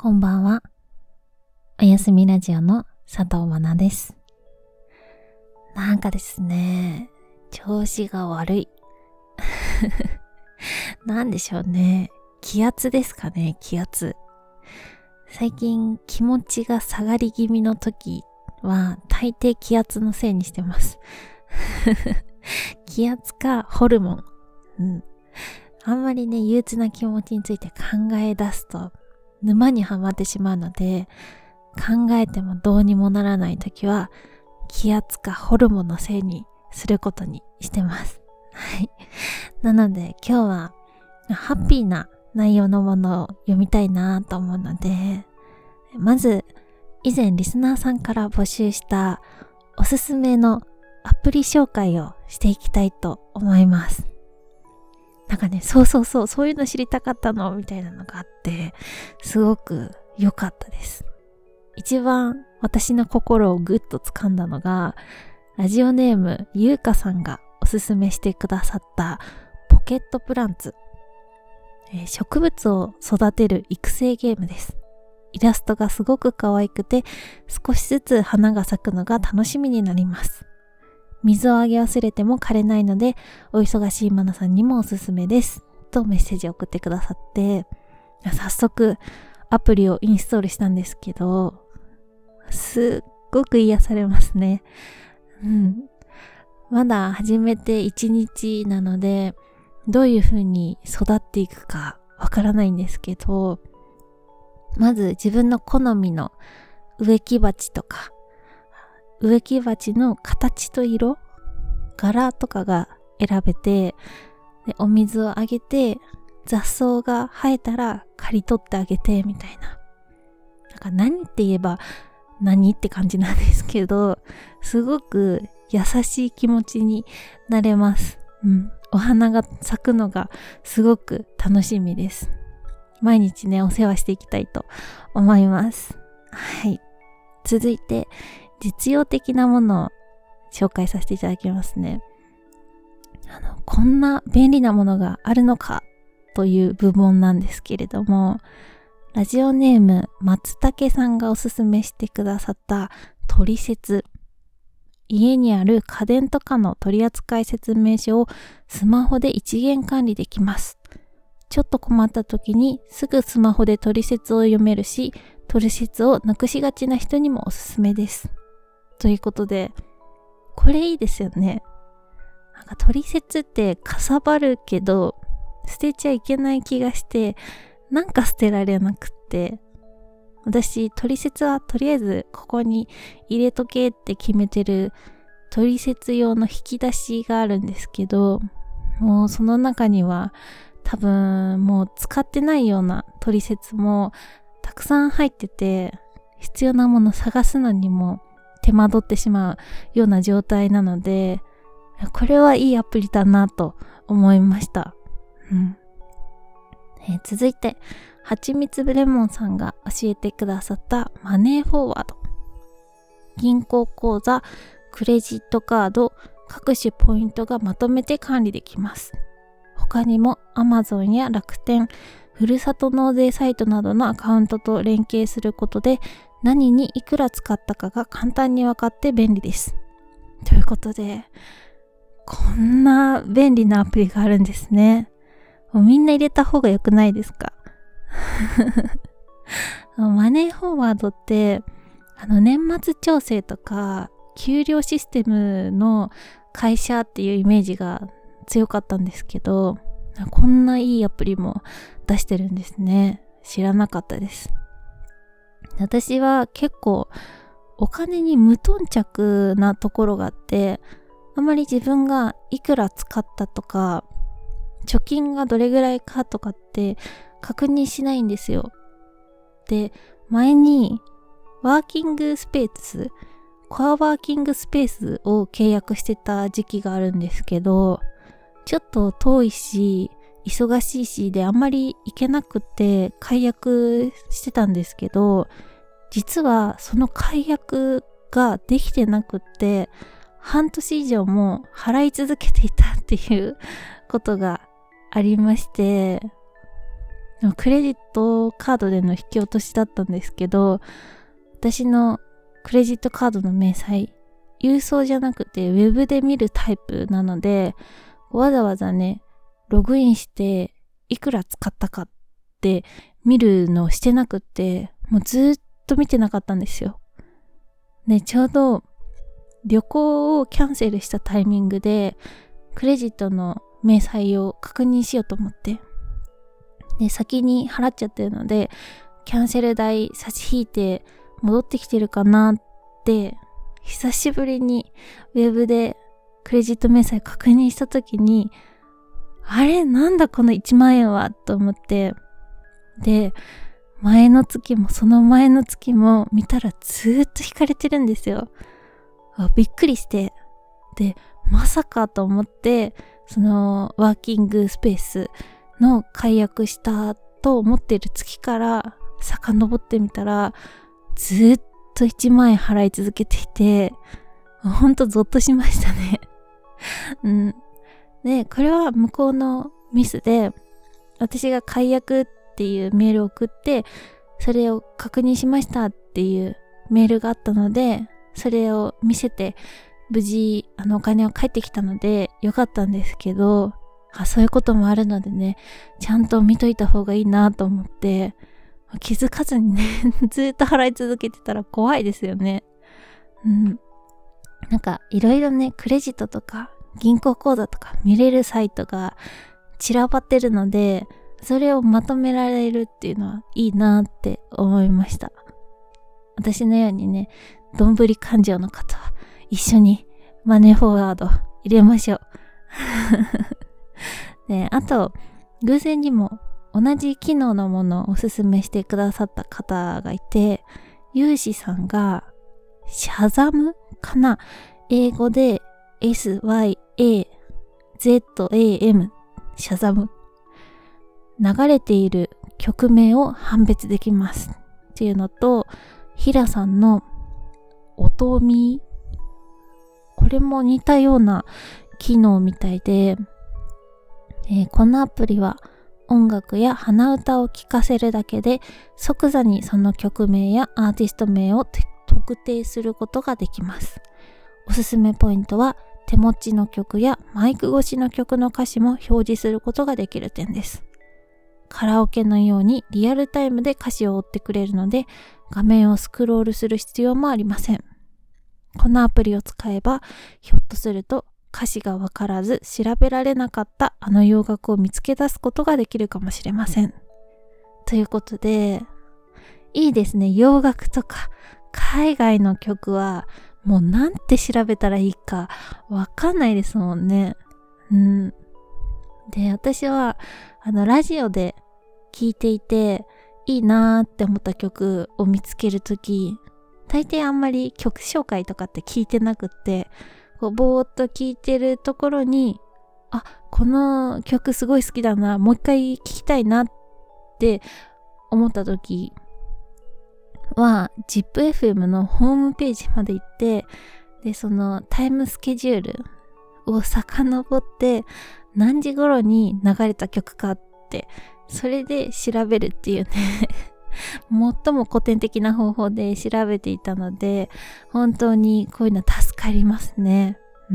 こんばんは。おやすみラジオの佐藤愛菜です。なんかですね、調子が悪い。なんでしょうね。気圧ですかね、気圧。最近気持ちが下がり気味の時は大抵気圧のせいにしてます。気圧かホルモン。あんまりね、憂鬱な気持ちについて考え出すと沼にはまってしまうので、考えてもどうにもならないときは気圧かホルモンのせいにすることにしてます。はい。なので今日はハッピーな内容のものを読みたいなと思うので、まず以前リスナーさんから募集したおすすめのアプリ紹介をしていきたいと思います。なんかね、そういうの知りたかったのみたいなのがあって、すごく良かったです。一番私の心をぐっと掴んだのが、ラジオネームゆうかさんがおすすめしてくださったポケットプランツ、植物を育てる育成ゲームです。イラストがすごく可愛くて、少しずつ花が咲くのが楽しみになります。水をあげ忘れても枯れないので、お忙しいマナさんにもおすすめですとメッセージを送ってくださって、早速アプリをインストールしたんですけど、すっごく癒されますね。まだ始めて1日なので、どういう風に育っていくかわからないんですけど、まず自分の好みの植木鉢とか、植木鉢の形と色、柄とかが選べて、でお水をあげて、雑草が生えたら刈り取ってあげてみたいな。なんか何って言えば何って感じなんですけど、すごく優しい気持ちになれます。お花が咲くのがすごく楽しみです。毎日ね、お世話していきたいと思います。はい。続いて、実用的なものを紹介させていただきますね。こんな便利なものがあるのかという部門なんですけれども、ラジオネーム松竹さんがおすすめしてくださったトリセツ。家にある家電とかの取扱説明書をスマホで一元管理できます。ちょっと困った時にすぐスマホでトリセツを読めるし、トリセツをなくしがちな人にもおすすめです。ということで、これいいですよね。なんかトリセツってかさばるけど、捨てちゃいけない気がして、なんか捨てられなくって、私トリセツはとりあえずここに入れとけって決めてるトリセツ用の引き出しがあるんですけど、もうその中には多分もう使ってないようなトリセツもたくさん入ってて、必要なもの探すのにも手間取ってしまうような状態なので、これはいいアプリだなと思いました。続いて、はちみつレモンさんが教えてくださったマネーフォワード。銀行口座、クレジットカード、各種ポイントがまとめて管理できます。他にも Amazon や楽天、ふるさと納税サイトなどのアカウントと連携することで、何にいくら使ったかが簡単に分かって便利です。ということで、こんな便利なアプリがあるんですね。もうみんな入れた方が良くないですか？マネーフォワードって、年末調整とか給料システムの会社っていうイメージが強かったんですけど、こんないいアプリも出してるんですね。知らなかったです。私は結構お金に無頓着なところがあって、あまり自分がいくら使ったとか、貯金がどれぐらいかとかって確認しないんですよ。で、前にワーキングスペース、コアワーキングスペースを契約してた時期があるんですけど、ちょっと遠いし、忙しいしであんまり行けなくて解約してたんですけど、実はその解約ができてなくって半年以上も払い続けていたっていうことがありまして、 でもクレジットカードでの引き落としだったんですけど、私のクレジットカードの明細、郵送じゃなくてウェブで見るタイプなので、わざわざね、ログインしていくら使ったかって見るのをしてなくって、もうずっと見てなかったんですよ。で、ちょうど旅行をキャンセルしたタイミングで、クレジットの明細を確認しようと思って。で、先に払っちゃってるので、キャンセル代差し引いて戻ってきてるかなって、久しぶりにウェブでクレジット明細確認したときに、あれなんだこの1万円はと思って、で、前の月もその前の月も見たらずーっと引かれてるんですよ。びっくりして、で、まさかと思って、そのワーキングスペースの解約したと思ってる月から遡ってみたら、ずっと1万円払い続けていて、ほんとゾッとしましたね。で、これは向こうのミスで、私が解約っていうメールを送って、それを確認しましたっていうメールがあったので、それを見せて、無事お金を返ってきたのでよかったんですけど、そういうこともあるのでね、ちゃんと見といた方がいいなと思って、気づかずにねずっと払い続けてたら怖いですよね。なんかいろいろね、クレジットとか銀行口座とか見れるサイトが散らばってるので、それをまとめられるっていうのはいいなって思いました。私のようにね、どんぶり勘定の方は一緒にマネーフォワード入れましょう。で、あと、偶然にも同じ機能のものをおすすめしてくださった方がいて、ユーシさんがシャザムかな、英語で SYAZAM シャザム、流れている曲名を判別できますっていうのと、ヒラさんの音見、これも似たような機能みたいで、このアプリは音楽や鼻歌を聴かせるだけで即座にその曲名やアーティスト名を特定することができます。おすすめポイントは手持ちの曲やマイク越しの曲の歌詞も表示することができる点です。カラオケのようにリアルタイムで歌詞を追ってくれるので、画面をスクロールする必要もありません。このアプリを使えば、ひょっとすると歌詞がわからず調べられなかったあの洋楽を見つけ出すことができるかもしれません。ということで、いいですね。洋楽とか海外の曲はもうなんて調べたらいいかわかんないですもんね。で、私はラジオで聴いていていいなーって思った曲を見つけるとき、大抵あんまり曲紹介とかって聞いてなくって、こうぼーっと聴いてるところに、あ、この曲すごい好きだな、もう一回聴きたいなって思ったときは ZIPFM のホームページまで行って、でそのタイムスケジュールを遡って何時頃に流れた曲かってそれで調べるっていうね最も古典的な方法で調べていたので、本当にこういうの助かりますね。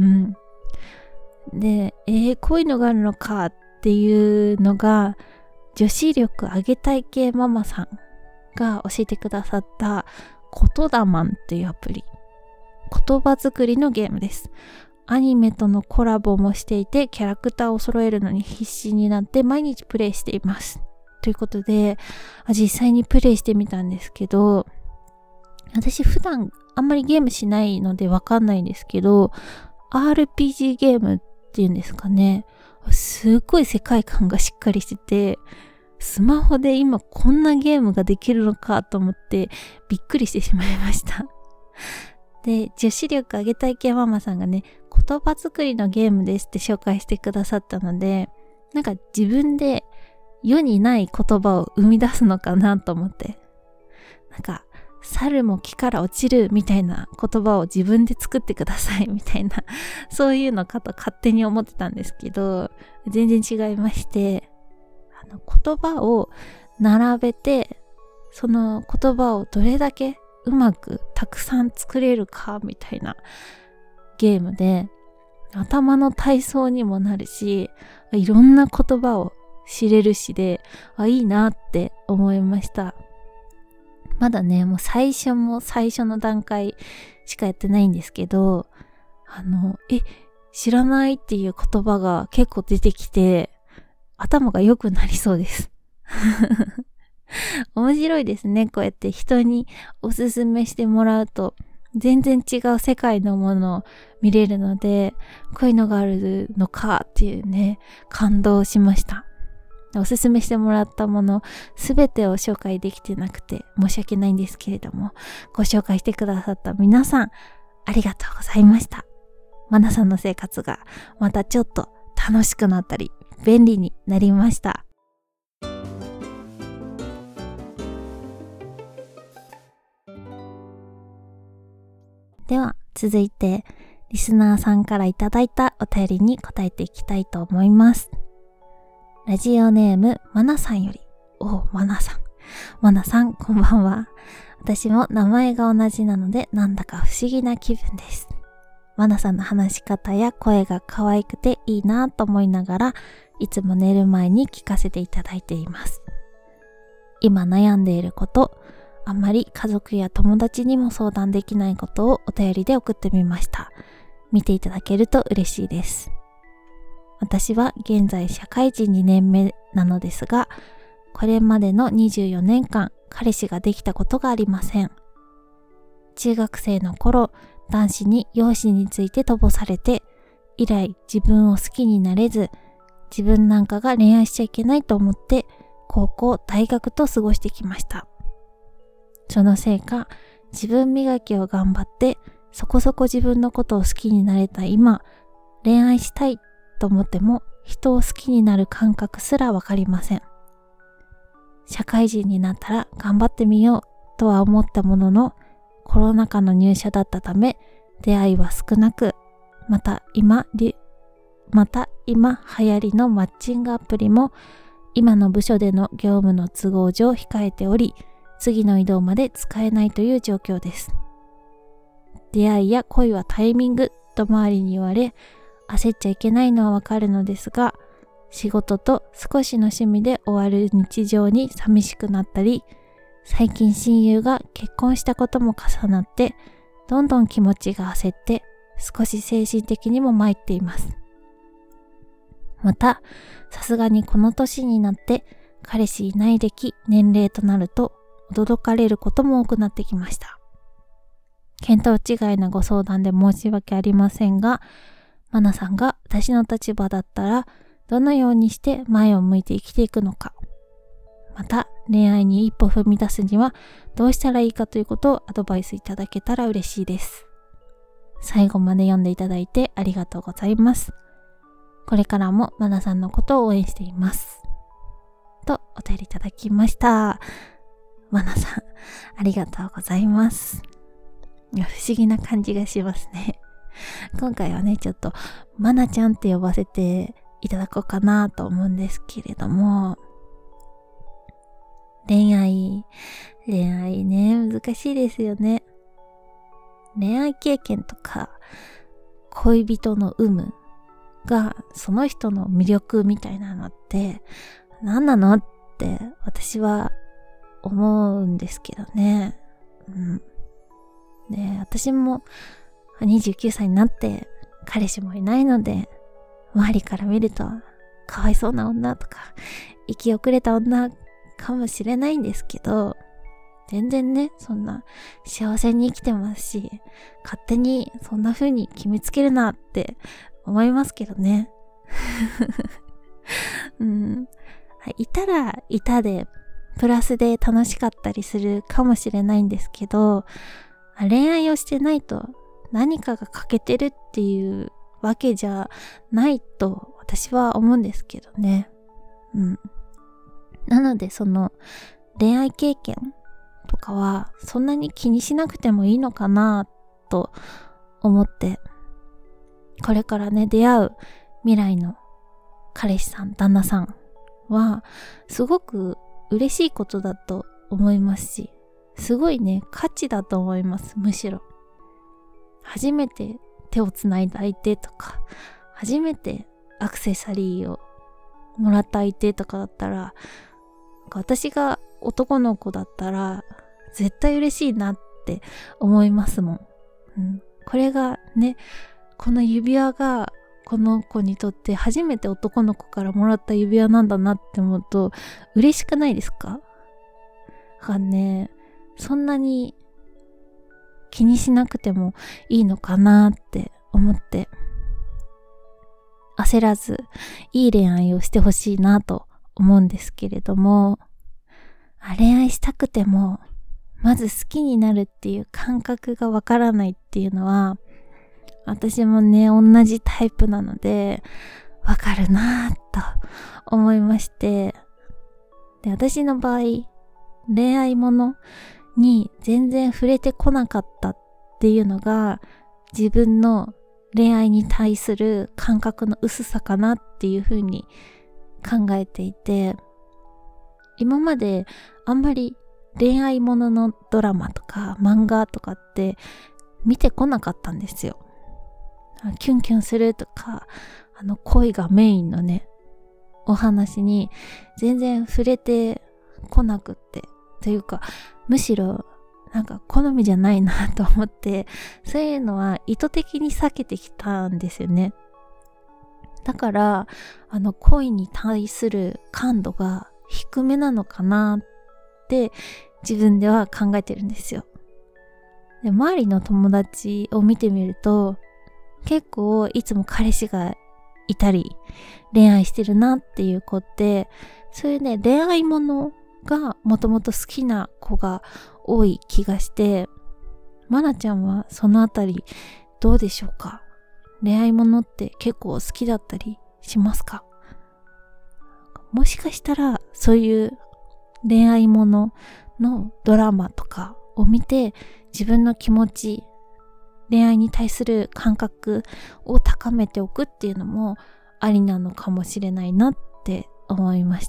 で、こういうのがあるのかっていうのが、女子力上げたい系ママさんが教えてくださった言霊マンっていうアプリ。言葉作りのゲームです。アニメとのコラボもしていて、キャラクターを揃えるのに必死になって毎日プレイしています。ということで、実際にプレイしてみたんですけど、私普段あんまりゲームしないのでわかんないんですけど、RPG ゲームっていうんですかね、すっごい世界観がしっかりしてて、スマホで今こんなゲームができるのかと思ってびっくりしてしまいました。で、女子力上げたい系ママさんがね、言葉作りのゲームですって紹介してくださったので、なんか自分で世にない言葉を生み出すのかなと思って、なんか猿も木から落ちるみたいな言葉を自分で作ってくださいみたいな、そういうのかと勝手に思ってたんですけど、全然違いまして、 言葉を並べて、その言葉をどれだけうまくたくさん作れるかみたいなゲームで、頭の体操にもなるし、いろんな言葉を知れるしで、いいなって思いました。まだね、もう最初の段階しかやってないんですけど、知らないっていう言葉が結構出てきて、頭が良くなりそうです。面白いですね。こうやって人におすすめしてもらうと、全然違う世界のものを見れるので、こういうのがあるのかっていうね、感動しました。おすすめしてもらったものすべてを紹介できてなくて申し訳ないんですけれども、ご紹介してくださった皆さんありがとうございました。マナさんの生活がまたちょっと楽しくなったり便利になりました。では続いてリスナーさんからいただいたお便りに答えていきたいと思います。ラジオネームマナさんより、マナさんこんばんは。私も名前が同じなのでなんだか不思議な気分です。マナさんの話し方や声が可愛くていいなと思いながら、いつも寝る前に聞かせていただいています。今悩んでいること、あまり家族や友達にも相談できないことをお便りで送ってみました。見ていただけると嬉しいです。私は現在社会人2年目なのですが、これまでの24年間彼氏ができたことがありません。中学生の頃、男子に容姿について飛ばされて、以来自分を好きになれず、自分なんかが恋愛しちゃいけないと思って、高校、大学と過ごしてきました。そのせいか、自分磨きを頑張って、そこそこ自分のことを好きになれた今、恋愛したいと思っても人を好きになる感覚すらわかりません。社会人になったら頑張ってみようとは思ったものの、コロナ禍の入社だったため出会いは少なく、また今流行りのマッチングアプリも今の部署での業務の都合上控えており、次の移動まで使えないという状況です。出会いや恋はタイミングと周りに言われ、焦っちゃいけないのはわかるのですが、仕事と少しの趣味で終わる日常に寂しくなったり、最近親友が結婚したことも重なって、どんどん気持ちが焦って、少し精神的にも参っています。また、さすがにこの年になって、彼氏いない歴、年齢となると、驚かれることも多くなってきました。見当違いなご相談で申し訳ありませんが、マナさんが私の立場だったらどのようにして前を向いて生きていくのか、また恋愛に一歩踏み出すにはどうしたらいいかということをアドバイスいただけたら嬉しいです。最後まで読んでいただいてありがとうございます。これからもマナさんのことを応援しています。とお便りいただきました。マナさん、ありがとうございます。不思議な感じがしますね。今回はね、ちょっとマナちゃんって呼ばせていただこうかなと思うんですけれども、恋愛ね、難しいですよね。恋愛経験とか恋人の有無がその人の魅力みたいなのって何なのって私は思うんですけどね。で、私も29歳になって彼氏もいないので、周りから見るとかわいそうな女とか生き遅れた女かもしれないんですけど、全然ね、そんな幸せに生きてますし、勝手にそんな風に決めつけるなって思いますけどね。いたらいたでプラスで楽しかったりするかもしれないんですけど、恋愛をしてないと何かが欠けてるっていうわけじゃないと私は思うんですけどね。なのでその恋愛経験とかはそんなに気にしなくてもいいのかなと思って、これからね出会う未来の彼氏さん旦那さんはすごく嬉しいことだと思いますし、すごいね、価値だと思います。むしろ初めて手をつないだ相手とか、初めてアクセサリーをもらった相手とかだったら、私が男の子だったら絶対嬉しいなって思いますもん。これがね、この指輪がこの子にとって初めて男の子からもらった指輪なんだなって思うと嬉しくないですか？だからね、そんなに気にしなくてもいいのかなって思って、焦らずいい恋愛をしてほしいなと思うんですけれども、恋愛したくてもまず好きになるっていう感覚がわからないっていうのは、私もね同じタイプなのでわかるなぁと思いまして、で、私の場合恋愛ものに全然触れてこなかったっていうのが自分の恋愛に対する感覚の薄さかなっていうふうに考えていて、今まであんまり恋愛もののドラマとか漫画とかって見てこなかったんですよ。キュンキュンするとか、恋がメインのねお話に全然触れてこなくって、というかむしろなんか好みじゃないなと思って、そういうのは意図的に避けてきたんですよね。だから恋に対する感度が低めなのかなって自分では考えてるんですよ。で、周りの友達を見てみると結構いつも彼氏がいたり恋愛してるなっていう子って、そういうね恋愛ものがもともと好きな子が多い気がして、まなちゃんはそのあたりどうでしょうか？恋愛ものって結構好きだったりしますか？もしかしたらそういう恋愛もののドラマとかを見て自分の気持ち、恋愛に対する感覚を高めておくっていうのもありなのかもしれないなって思いました。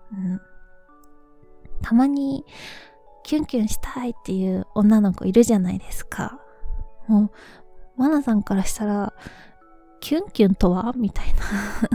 たまにキュンキュンしたいっていう女の子いるじゃないですか。もうマナさんからしたらキュンキュンとはみたいな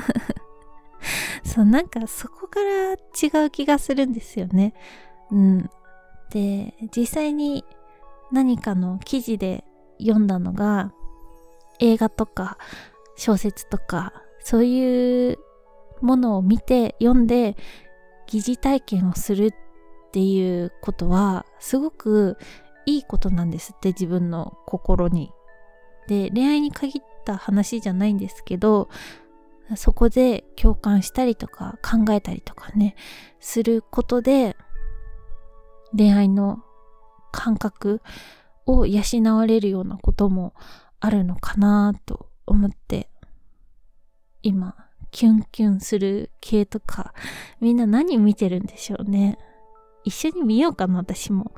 そう、なんかそこから違う気がするんですよね。で、実際に何かの記事で読んだのが、映画とか小説とかそういうものを見て読んで疑似体験をするっていうことはすごくいいことなんですって、自分の心に。で、恋愛に限った話じゃないんですけど、そこで共感したりとか考えたりとかねすることで恋愛の感覚を養われるようなこともあるのかなと思って、今キュンキュンする系とかみんな何見てるんでしょうね。一緒に見ようかな、私も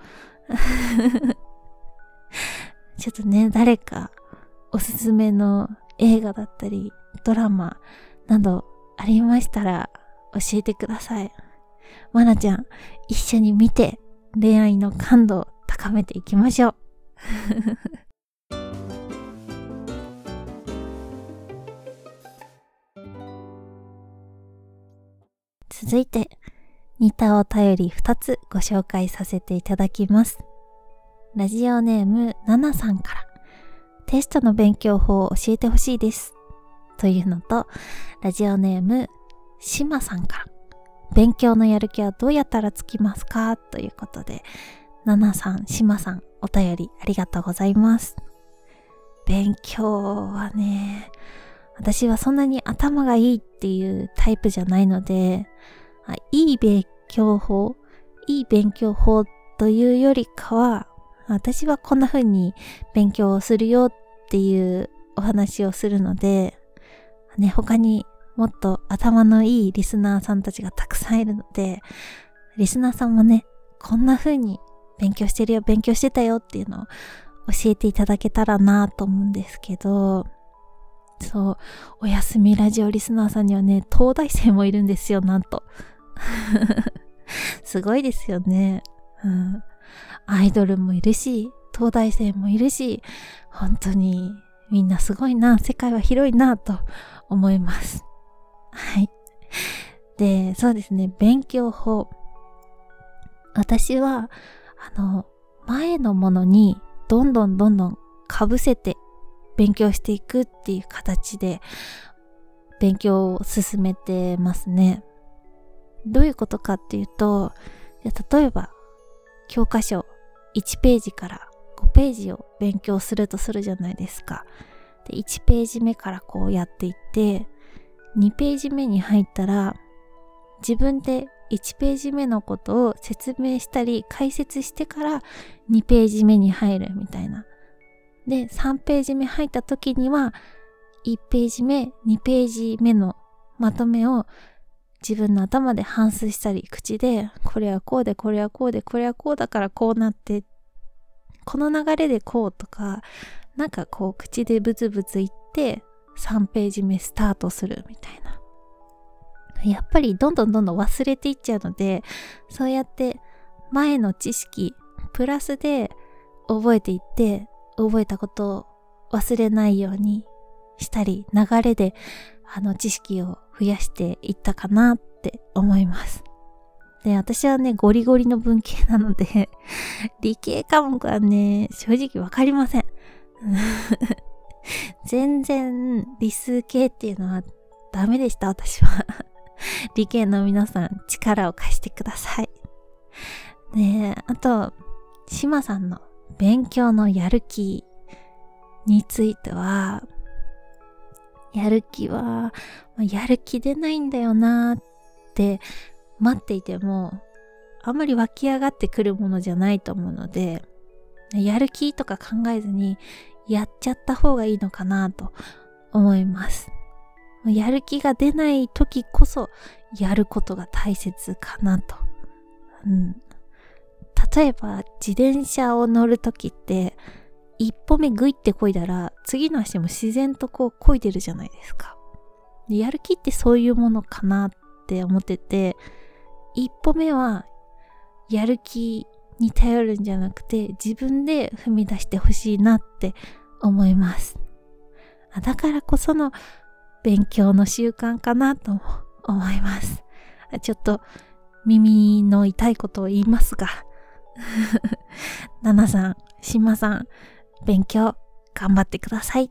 ちょっとね、誰かおすすめの映画だったりドラマなどありましたら教えてください。まなちゃん、一緒に見て恋愛の感度を高めていきましょう続いて似たお便り2つご紹介させていただきます。ラジオネームななさんから、テストの勉強法を教えてほしいですというのと、ラジオネームしまさんから、勉強のやる気はどうやったらつきますかということで、ななさん、しまさん、お便りありがとうございます。勉強はね、私はそんなに頭がいいっていうタイプじゃないので、いい勉強法というよりかは、私はこんな風に勉強をするよっていうお話をするので、ね、他にもっと頭のいいリスナーさんたちがたくさんいるので、リスナーさんもね、こんな風に勉強してるよ、勉強してたよっていうのを教えていただけたらなと思うんですけど、 そう、おやすみラジオリスナーさんにはね、東大生もいるんですよ、なんと。すごいですよね。アイドルもいるし、東大生もいるし、本当にみんなすごいな、世界は広いなと思います。はい。で、そうですね、勉強法。私は、前のものにどんどんかぶせて勉強していくっていう形で勉強を進めてますね。どういうことかっていうと、例えば教科書1ページから5ページを勉強するとするじゃないですか。で、1ページ目からこうやっていって、2ページ目に入ったら自分で1ページ目のことを説明したり解説してから2ページ目に入るみたいな。で、3ページ目入った時には1ページ目、2ページ目のまとめを自分の頭で反芻したり、口でこれはこうで、これはこうで、これはこうだからこうなって、この流れでこうとか、なんかこう口でブツブツ言って3ページ目スタートするみたいな。やっぱりどんどん忘れていっちゃうので、そうやって前の知識プラスで覚えていって、覚えたことを忘れないようにしたり、流れで知識を増やしていったかなって思います。で、私はね、ゴリゴリの文系なので理系科目はね、正直わかりません。全然理数系っていうのはダメでした、私は。理系の皆さん、力を貸してください。で、あと、島さんの勉強のやる気については、やる気は、やる気出ないんだよなーって待っていても、あんまり湧き上がってくるものじゃないと思うので、やる気とか考えずにやっちゃった方がいいのかなと思います。やる気が出ない時こそやることが大切かなと。例えば自転車を乗る時って一歩目グイって漕いだら次の足も自然とこう漕いでるじゃないですか。で、やる気ってそういうものかなって思ってて、一歩目はやる気に頼るんじゃなくて自分で踏み出してほしいなって思います。だからこその勉強の習慣かなと思います。ちょっと耳の痛いことを言いますがナナさん、シマさん、勉強頑張ってください。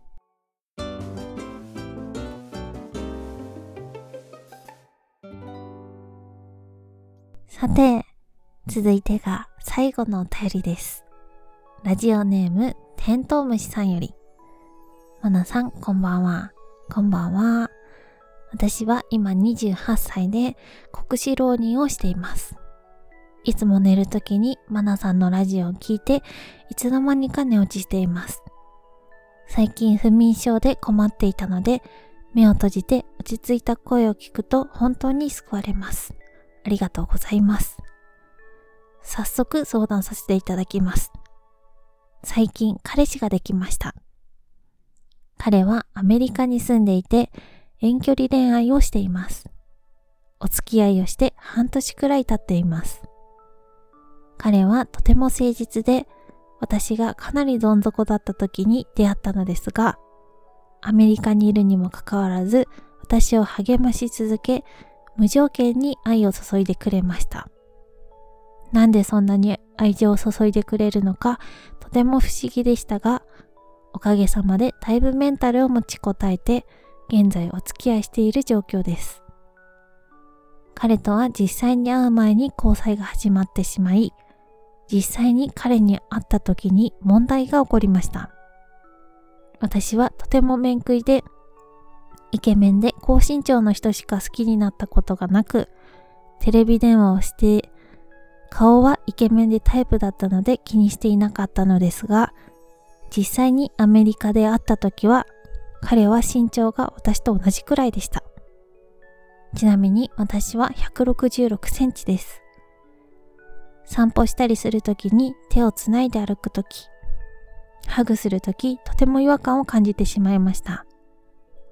さて、続いてが最後のお便りです。ラジオネームテントウムシさんより。マナさん、こんばんは。こんばんは。私は今28歳で国試浪人をしています。いつも寝るときにマナさんのラジオを聞いて、いつの間にか寝落ちしています。最近不眠症で困っていたので、目を閉じて落ち着いた声を聞くと本当に救われます。ありがとうございます。早速相談させていただきます。最近彼氏ができました。彼はアメリカに住んでいて遠距離恋愛をしています。お付き合いをして半年くらい経っています。彼はとても誠実で、私がかなりどん底だった時に出会ったのですが、アメリカにいるにもかかわらず私を励まし続け、無条件に愛を注いでくれました。なんでそんなに愛情を注いでくれるのかとても不思議でしたが、おかげさまでだいぶメンタルを持ちこたえて、現在お付き合いしている状況です。彼とは実際に会う前に交際が始まってしまい、実際に彼に会った時に問題が起こりました。私はとても面食いで、イケメンで高身長の人しか好きになったことがなく、テレビ電話をして、顔はイケメンでタイプだったので気にしていなかったのですが、実際にアメリカで会った時は、彼は身長が私と同じくらいでした。ちなみに私は166センチです。散歩したりするときに手をつないで歩くとき、ハグするときとても違和感を感じてしまいました。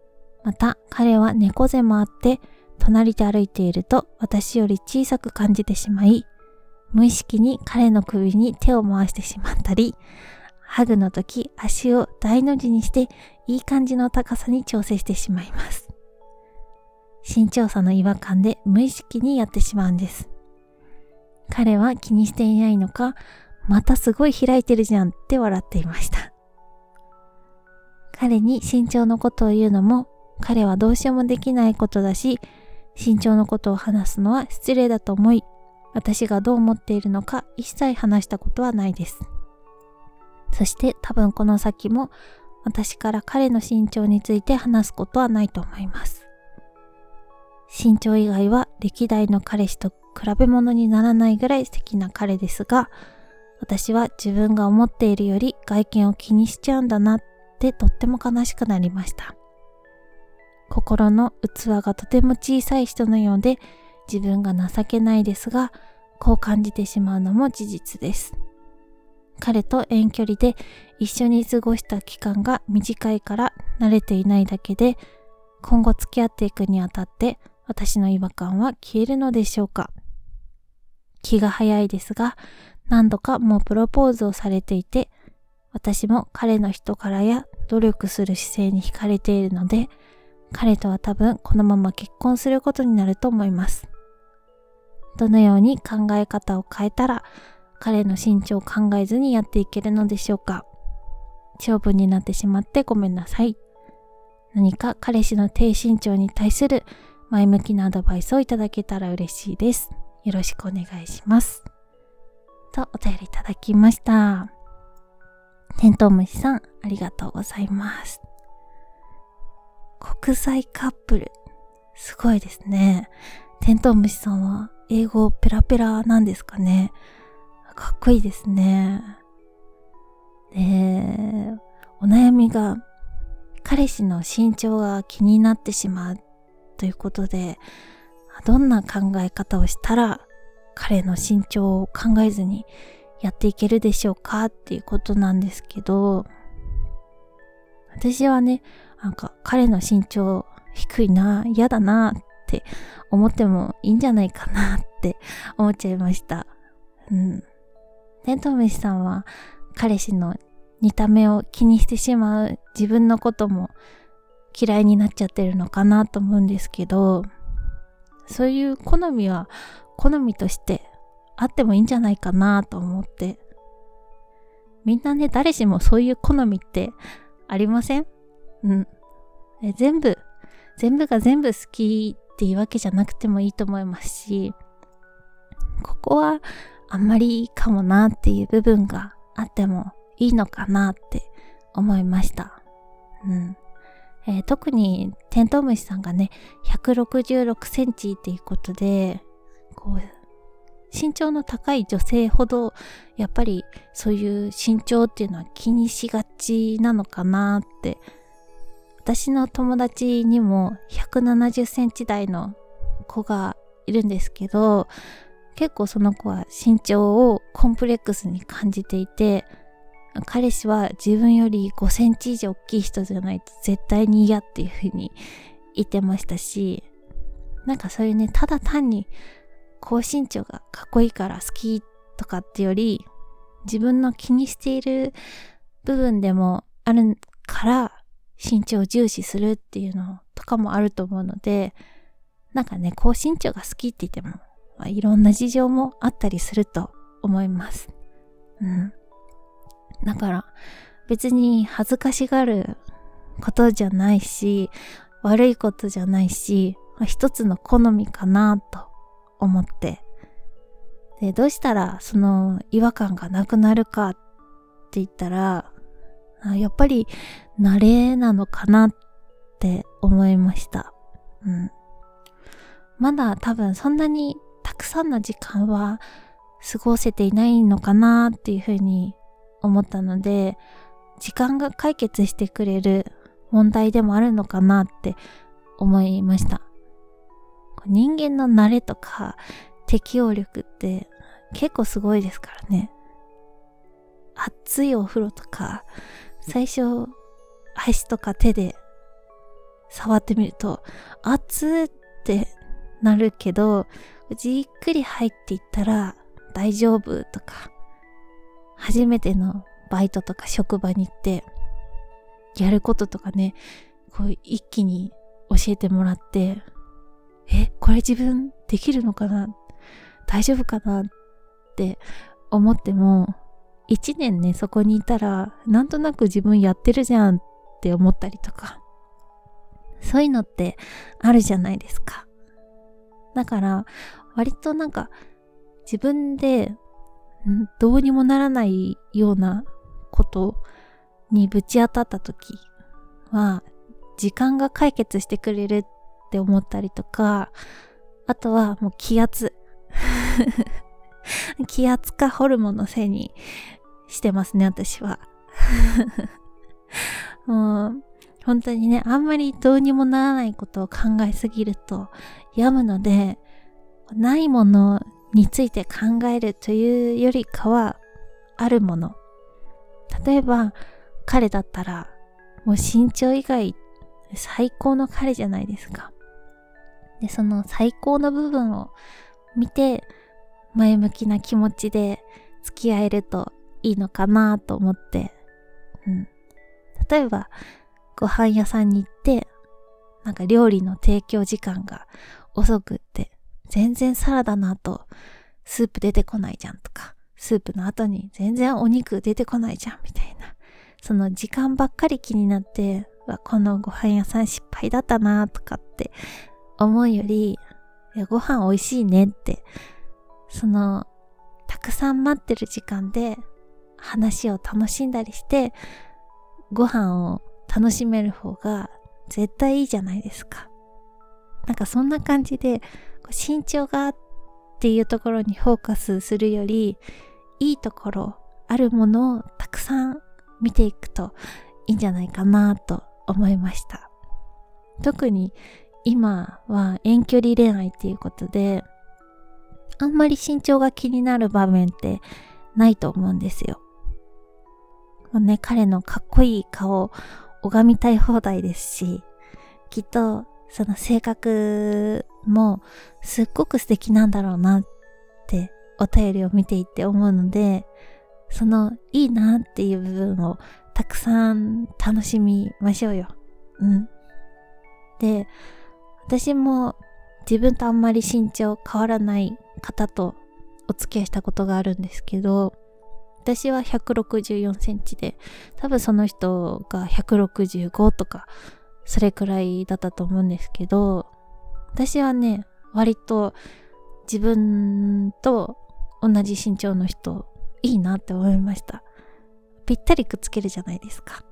また彼は猫背もあって、隣で歩いていると私より小さく感じてしまい、無意識に彼の首に手を回してしまったり、ハグの時足を大の字にしていい感じの高さに調整してしまいます。身長差の違和感で無意識にやってしまうんです。彼は気にしていないのか、またすごい開いてるじゃんって笑っていました。彼に身長のことを言うのも、彼はどうしようもできないことだし、身長のことを話すのは失礼だと思い、私がどう思っているのか一切話したことはないです。そして多分この先も私から彼の身長について話すことはないと思います。身長以外は歴代の彼氏と比べ物にならないぐらい素敵な彼ですが、私は自分が思っているより外見を気にしちゃうんだなってとっても悲しくなりました。心の器がとても小さい人のようで、自分が情けないですが、こう感じてしまうのも事実です。彼と遠距離で一緒に過ごした期間が短いから慣れていないだけで、今後付き合っていくにあたって私の違和感は消えるのでしょうか。気が早いですが、何度かもうプロポーズをされていて、私も彼の人柄や努力する姿勢に惹かれているので、彼とは多分このまま結婚することになると思います。どのように考え方を変えたら、彼の身長を考えずにやっていけるのでしょうか。長文になってしまってごめんなさい。何か彼氏の低身長に対する前向きなアドバイスをいただけたら嬉しいです。よろしくお願いします。とお便りいただきました。テントウムシさん、ありがとうございます。国際カップル、すごいですね。テントウムシさんは英語ペラペラなんですかね。かっこいいですね。で、お悩みが彼氏の身長が気になってしまうということで、どんな考え方をしたら彼の身長を考えずにやっていけるでしょうかっていうことなんですけど、私はね、なんか彼の身長低いな、嫌だなって思ってもいいんじゃないかなって思っちゃいました。テントウムシさんは彼氏の見た目を気にしてしまう自分のことも嫌いになっちゃってるのかなと思うんですけど、そういう好みは好みとしてあってもいいんじゃないかなと思って。みんなね、誰しもそういう好みってありません？全部が全部好きっていうわけじゃなくてもいいと思いますし、ここはあんまりいいかもなっていう部分があってもいいのかなって思いました。特にテントウムシさんがね、166センチっていうことで、こう身長の高い女性ほどやっぱりそういう身長っていうのは気にしがちなのかなって。私の友達にも170センチ台の子がいるんですけど、結構その子は身長をコンプレックスに感じていて、彼氏は自分より5センチ以上大きい人じゃないと絶対に嫌っていう風に言ってましたし、なんかそういうね、ただ単に高身長がかっこいいから好きとかってより、自分の気にしている部分でもあるから身長を重視するっていうのとかもあると思うので、なんかね、高身長が好きって言っても、いろんな事情もあったりすると思います。だから別に恥ずかしがることじゃないし、悪いことじゃないし、一つの好みかなと思って。で、どうしたらその違和感がなくなるかって言ったら、やっぱり慣れなのかなって思いました。まだ多分そんなにたくさんの時間は過ごせていないのかなっていうふうに思ったので、時間が解決してくれる問題でもあるのかなって思いました。人間の慣れとか適応力って結構すごいですからね。熱いお風呂とか最初足とか手で触ってみると熱ってなるけど、じっくり入っていったら大丈夫とか、初めてのバイトとか職場に行ってやることとかね、こう一気に教えてもらって、これ自分できるのかな、大丈夫かなって思っても、1年ねそこにいたらなんとなく自分やってるじゃんって思ったりとか、そういうのってあるじゃないですか。だから割となんか自分でどうにもならないようなことにぶち当たった時は、時間が解決してくれるって思ったりとか、あとはもう気圧気圧かホルモンのせいにしてますね、私は。もう本当にね、あんまりどうにもならないことを考えすぎると病むので、ないものについて考えるというよりかは、あるもの。例えば彼だったらもう身長以外最高の彼じゃないですか。で、その最高の部分を見て前向きな気持ちで付き合えるといいのかなと思って、例えばご飯屋さんに行って、なんか料理の提供時間が遅くって、全然サラダの後スープ出てこないじゃんとか、スープの後に全然お肉出てこないじゃんみたいな、その時間ばっかり気になって、このご飯屋さん失敗だったなとかって思うより、ご飯美味しいねって、そのたくさん待ってる時間で話を楽しんだりしてご飯を楽しめる方が絶対いいじゃないですか。なんかそんな感じで、身長がっていうところにフォーカスするより、いいところ、あるものをたくさん見ていくといいんじゃないかなと思いました。特に今は遠距離恋愛っていうことで、あんまり身長が気になる場面ってないと思うんですよ。もうね、彼のかっこいい顔を拝みたい放題ですし、きっとその性格もすっごく素敵なんだろうなってお便りを見ていて思うので、そのいいなっていう部分をたくさん楽しみましょうよ。で、私も自分とあんまり身長変わらない方とお付き合いしたことがあるんですけど、私は164センチで、多分その人が165とかそれくらいだったと思うんですけど、私はね、割と自分と同じ身長の人いいなって思いました。ぴったりくっつけるじゃないですか。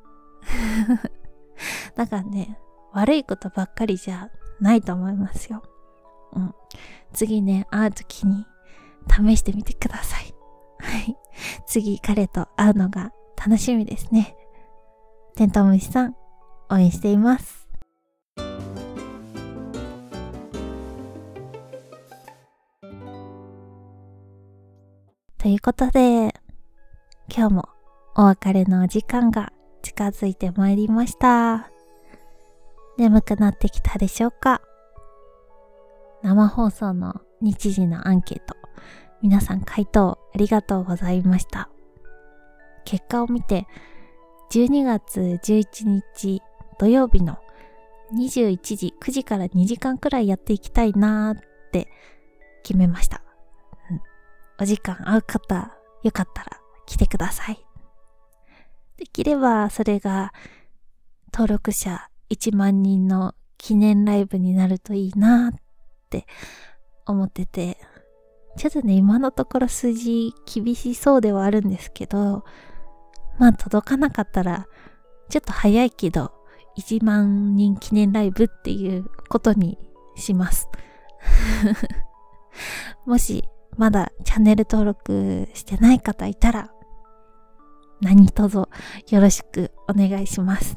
だからね、悪いことばっかりじゃないと思いますよ。次ね、会うときに試してみてください。はい。次彼と会うのが楽しみですね。テントウムシさん、応援しています。ということで、今日もお別れのお時間が近づいてまいりました。眠くなってきたでしょうか？生放送の日時のアンケート、皆さん回答ありがとうございました。結果を見て、12月11日土曜日の21時、9時から2時間くらいやっていきたいなーって決めました。お時間合う方、よかったら来てください。できればそれが登録者1万人の記念ライブになるといいなって思ってて、ちょっとね、今のところ数字厳しそうではあるんですけど、まあ届かなかったらちょっと早いけど1万人記念ライブっていうことにしますもしまだチャンネル登録してない方いたら何卒よろしくお願いします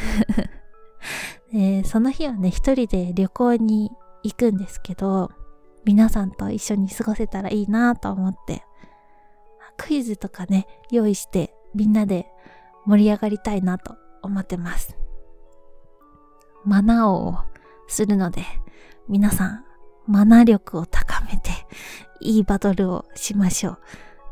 その日はね、一人で旅行に行くんですけど、皆さんと一緒に過ごせたらいいなと思って、クイズとかね、用意してみんなで盛り上がりたいなと思ってます。 マナーをするので、皆さん、マナー力を高めて、いいバトルをしましょう。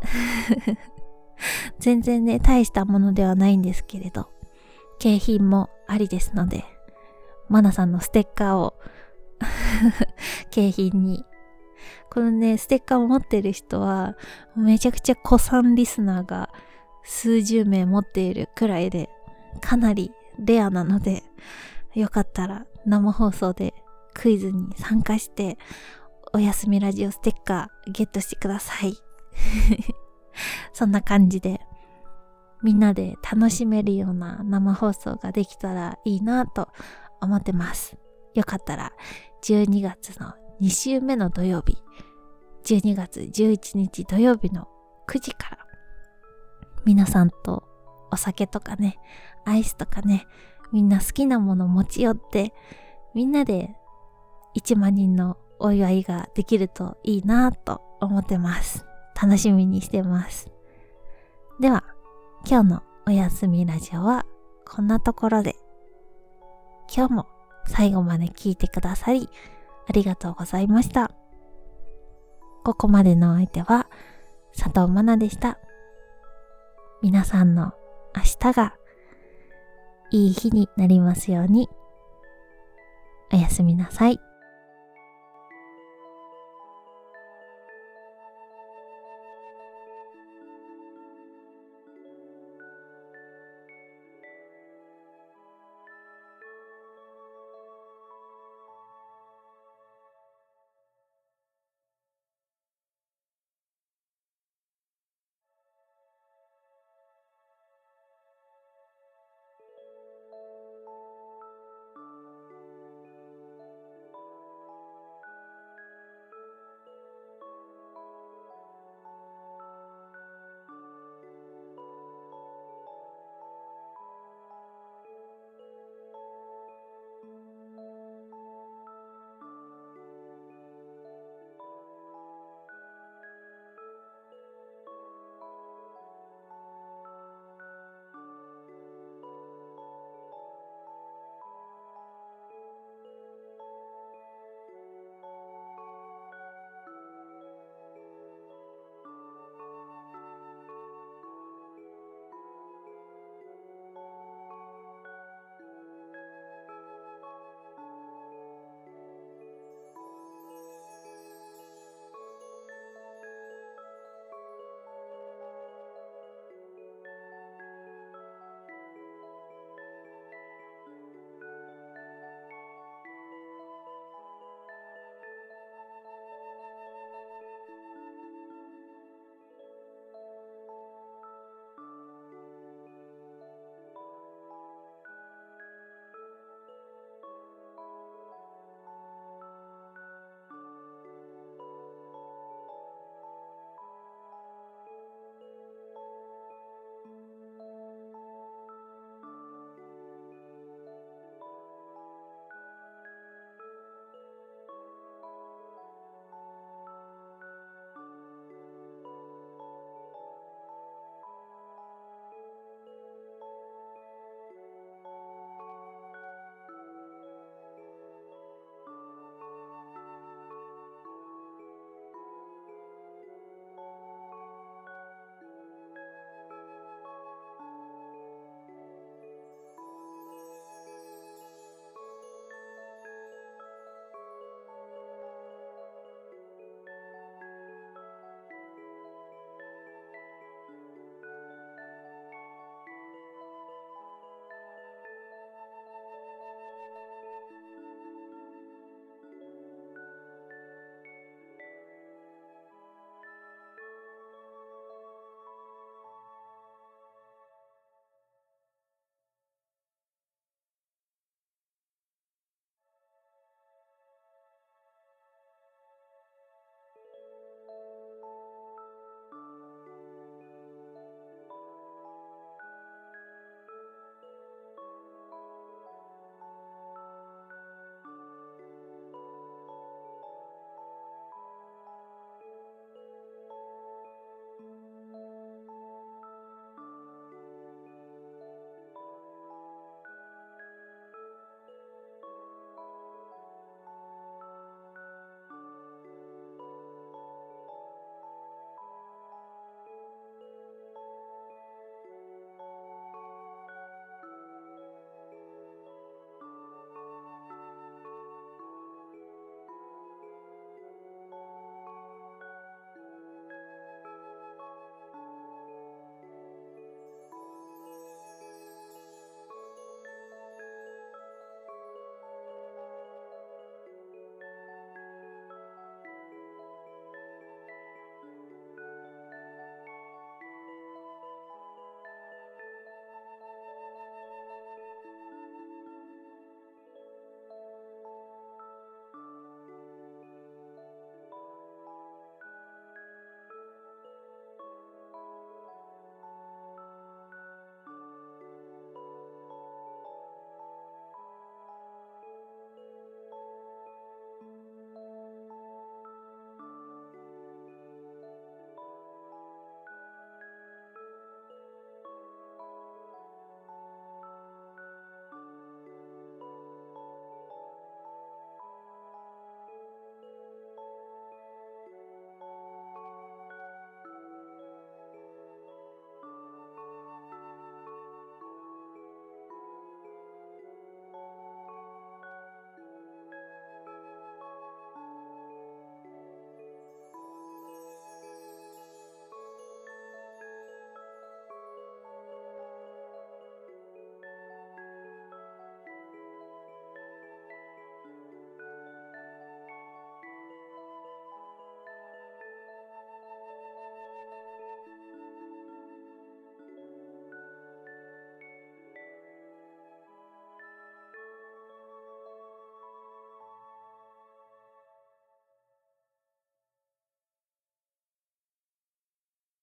全然ね、大したものではないんですけれど、景品もありですので、マナさんのステッカーを景品に。このね、ステッカーを持ってる人は、めちゃくちゃ古参リスナーが数十名持っているくらいで、かなりレアなので、よかったら生放送でクイズに参加して、おやすみラジオステッカーゲットしてください。そんな感じで、みんなで楽しめるような生放送ができたらいいなと思ってます。よかったら12月の2週目の土曜日、12月11日土曜日の9時から、皆さんとお酒とかね、アイスとかね、みんな好きなもの持ち寄って、みんなで1万人のお祝いができるといいなと思ってます。楽しみにしてます。では、今日のおやすみラジオはこんなところで。今日も最後まで聞いてくださりありがとうございました。ここまでのお相手は佐藤真奈でした。皆さんの明日がいい日になりますように。おやすみなさい。